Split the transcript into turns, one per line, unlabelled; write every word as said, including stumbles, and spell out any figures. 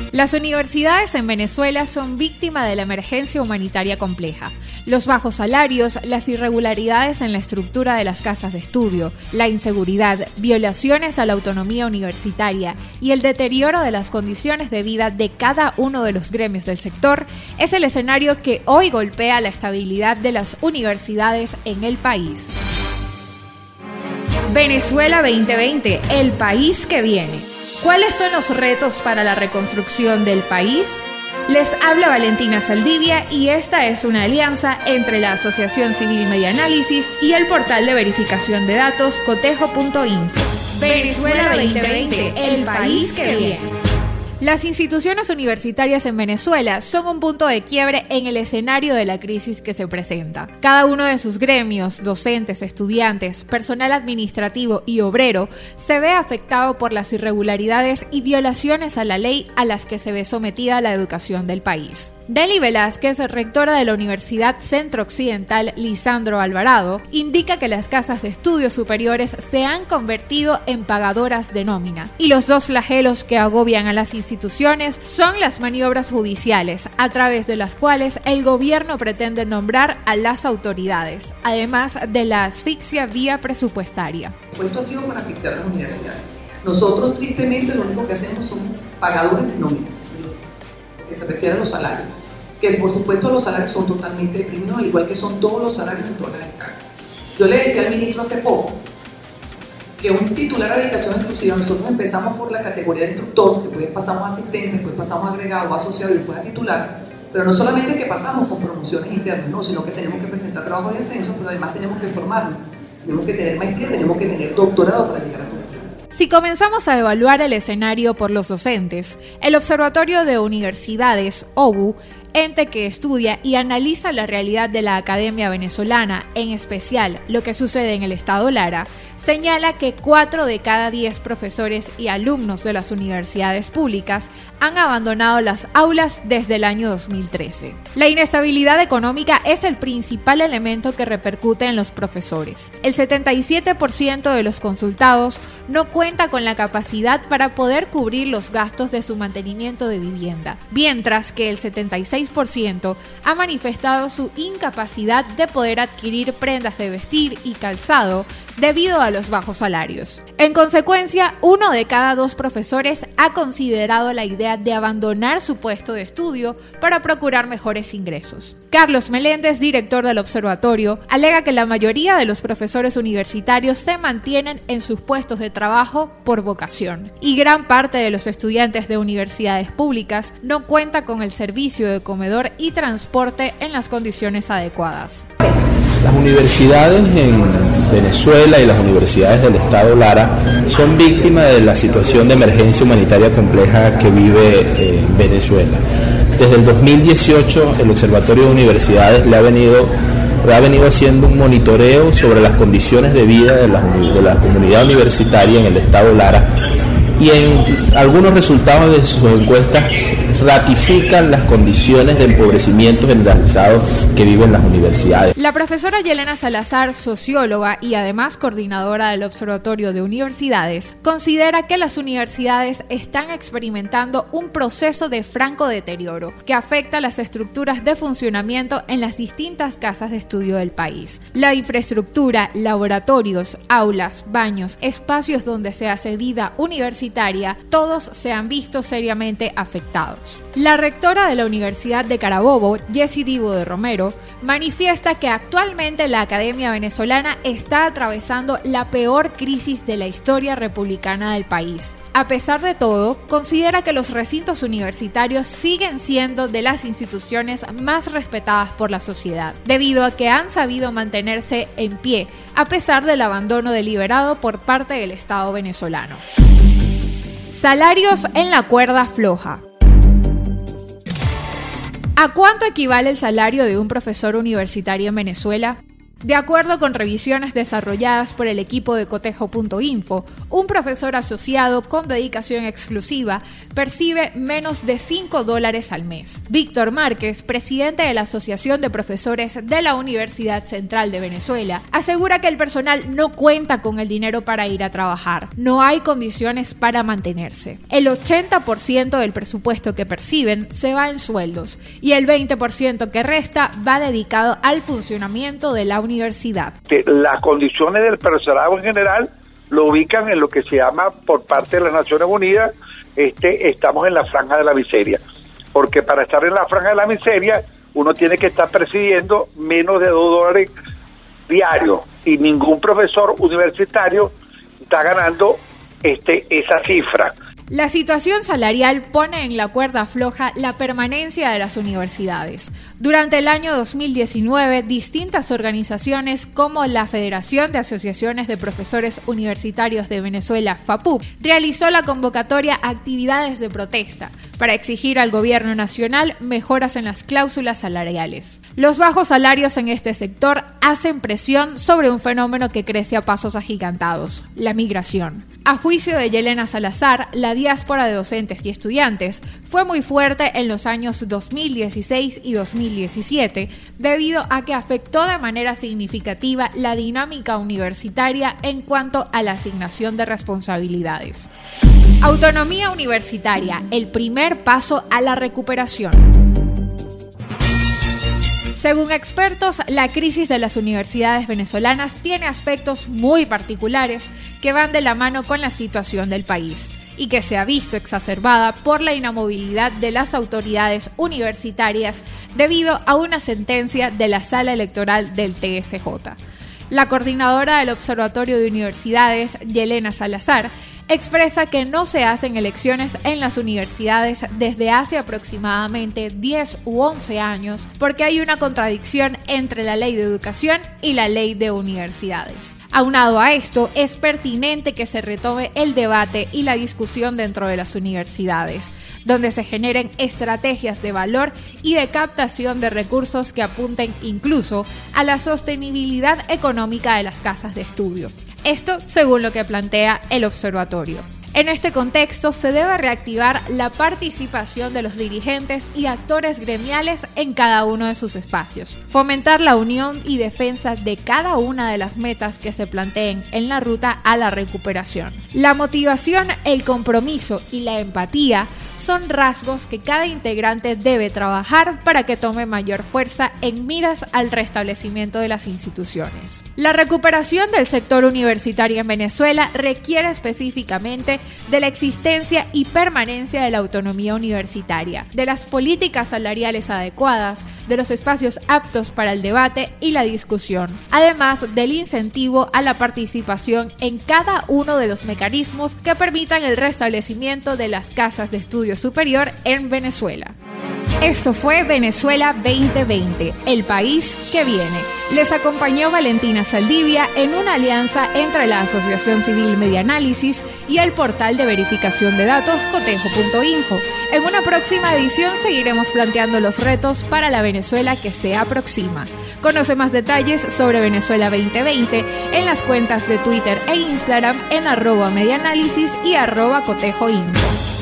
Las universidades en Venezuela son víctimas de la emergencia humanitaria compleja. Los bajos salarios, las irregularidades en la estructura de las casas de estudio, la inseguridad, violaciones a la autonomía universitaria y el deterioro de las condiciones de vida de cada uno de los gremios del sector es el escenario que hoy golpea la estabilidad de las universidades en el país. Venezuela veinte veinte, el país que viene. ¿Cuáles son los retos para la reconstrucción del país? Les habla Valentina Saldivia y esta es una alianza entre la Asociación Civil Medianálisis y el portal de verificación de datos cotejo punto info. Venezuela veinte veinte, el país que viene. Las instituciones universitarias en Venezuela son un punto de quiebre en el escenario de la crisis que se presenta. Cada uno de sus gremios, docentes, estudiantes, personal administrativo y obrero, se ve afectado por las irregularidades y violaciones a la ley a las que se ve sometida la educación del país. Deli Velázquez, rectora de la Universidad Centro Occidental Lisandro Alvarado, indica que las casas de estudios superiores se han convertido en pagadoras de nómina y los dos flagelos que agobian a las instituciones son las maniobras judiciales, a través de las cuales el gobierno pretende nombrar a las autoridades, además de la asfixia vía presupuestaria.
Esto ha sido para asfixiar las universidades. Nosotros, tristemente, lo único que hacemos son pagadores de nómina, que se refiere a los salarios, que por supuesto los salarios son totalmente deprimidos, al igual que son todos los salarios en todas las escalas. Yo le decía al ministro hace poco que un titular de dedicación exclusiva, nosotros empezamos por la categoría de instructor, después pasamos a asistente, después pasamos a agregado, asociado y después a titular, pero no solamente que pasamos con promociones internas, no, sino que tenemos que presentar trabajo de ascenso, pero además tenemos que formarnos, tenemos que tener maestría, tenemos que tener doctorado para llegar a todo.
Si comenzamos a evaluar el escenario por los docentes, el Observatorio de Universidades, O B U, ente que estudia y analiza la realidad de la academia venezolana, en especial lo que sucede en el estado Lara, señala que cuatro de cada diez profesores y alumnos de las universidades públicas han abandonado las aulas desde el año dos mil trece. La inestabilidad económica es el principal elemento que repercute en los profesores. El setenta y siete por ciento de los consultados no cuenta con la capacidad para poder cubrir los gastos de su mantenimiento de vivienda, mientras que el setenta y seis por ciento ha manifestado su incapacidad de poder adquirir prendas de vestir y calzado debido a los bajos salarios. En consecuencia, uno de cada dos profesores ha considerado la idea de abandonar su puesto de estudio para procurar mejores ingresos. Carlos Meléndez, director del observatorio, alega que la mayoría de los profesores universitarios se mantienen en sus puestos de trabajo por vocación, y gran parte de los estudiantes de universidades públicas no cuenta con el servicio de comedor y transporte en las condiciones adecuadas.
Las universidades en Venezuela y las universidades del estado Lara son víctimas de la situación de emergencia humanitaria compleja que vive eh, Venezuela. Desde el dos mil dieciocho el Observatorio de Universidades le ha venido, le ha venido haciendo un monitoreo sobre las condiciones de vida de la, de la comunidad universitaria en el estado Lara, y en algunos resultados de sus encuestas ratifican las condiciones de empobrecimiento generalizado que viven las universidades.
La profesora Yelena Salazar, socióloga y además coordinadora del Observatorio de Universidades, considera que las universidades están experimentando un proceso de franco deterioro que afecta las estructuras de funcionamiento en las distintas casas de estudio del país. La infraestructura, laboratorios, aulas, baños, espacios donde se hace vida universitaria, todos se han visto seriamente afectados. La rectora de la Universidad de Carabobo, Jessie Divo de Romero, manifiesta que actualmente la academia venezolana está atravesando la peor crisis de la historia republicana del país. A pesar de todo, considera que los recintos universitarios siguen siendo de las instituciones más respetadas por la sociedad, debido a que han sabido mantenerse en pie, a pesar del abandono deliberado por parte del Estado venezolano. Salarios en la cuerda floja. ¿A cuánto equivale el salario de un profesor universitario en Venezuela? De acuerdo con revisiones desarrolladas por el equipo de Cotejo punto info, un profesor asociado con dedicación exclusiva percibe menos de cinco dólares al mes. Víctor Márquez, presidente de la Asociación de Profesores de la Universidad Central de Venezuela, asegura que el personal no cuenta con el dinero para ir a trabajar. No hay condiciones para mantenerse. El ochenta por ciento del presupuesto que perciben se va en sueldos y el veinte por ciento que resta va dedicado al funcionamiento de la universidad.
Las condiciones del personal en general lo ubican en lo que se llama por parte de las Naciones Unidas, este, estamos en la franja de la miseria, porque para estar en la franja de la miseria uno tiene que estar percibiendo menos de dos dólares diarios y ningún profesor universitario está ganando este, esa cifra.
La situación salarial pone en la cuerda floja la permanencia de las universidades. Durante el año dos mil diecinueve, distintas organizaciones como la Federación de Asociaciones de Profesores Universitarios de Venezuela, FAPUV, realizó la convocatoria a actividades de protesta para exigir al gobierno nacional mejoras en las cláusulas salariales. Los bajos salarios en este sector hacen presión sobre un fenómeno que crece a pasos agigantados, la migración. A juicio de Yelena Salazar, la diáspora de docentes y estudiantes fue muy fuerte en los años dos mil dieciséis y dos mil diecisiete debido a que afectó de manera significativa la dinámica universitaria en cuanto a la asignación de responsabilidades. Autonomía universitaria, el primer paso a la recuperación. Según expertos, la crisis de las universidades venezolanas tiene aspectos muy particulares que van de la mano con la situación del país y que se ha visto exacerbada por la inamovilidad de las autoridades universitarias debido a una sentencia de la Sala Electoral del T S J. La coordinadora del Observatorio de Universidades, Yelena Salazar, expresa que no se hacen elecciones en las universidades desde hace aproximadamente diez u once años porque hay una contradicción entre la Ley de Educación y la Ley de Universidades. Aunado a esto, es pertinente que se retome el debate y la discusión dentro de las universidades, donde se generen estrategias de valor y de captación de recursos que apunten incluso a la sostenibilidad económica de las casas de estudio. Esto según lo que plantea el observatorio. En este contexto se debe reactivar la participación de los dirigentes y actores gremiales en cada uno de sus espacios, fomentar la unión y defensa de cada una de las metas que se planteen en la ruta a la recuperación. La motivación, el compromiso y la empatía son rasgos que cada integrante debe trabajar para que tome mayor fuerza en miras al restablecimiento de las instituciones. La recuperación del sector universitario en Venezuela requiere específicamente de la existencia y permanencia de la autonomía universitaria, de las políticas salariales adecuadas, de los espacios aptos para el debate y la discusión, además del incentivo a la participación en cada uno de los mecanismos que permitan el restablecimiento de las casas de estudio superior en Venezuela. Esto fue Venezuela veinte veinte, el país que viene. Les acompañó Valentina Saldivia en una alianza entre la Asociación Civil Medianálisis y el portal de verificación de datos Cotejo punto info. En una próxima edición seguiremos planteando los retos para la Venezuela que se aproxima. Conoce más detalles sobre Venezuela veinte veinte en las cuentas de Twitter e Instagram en arroba medianálisis y arroba cotejoinfo.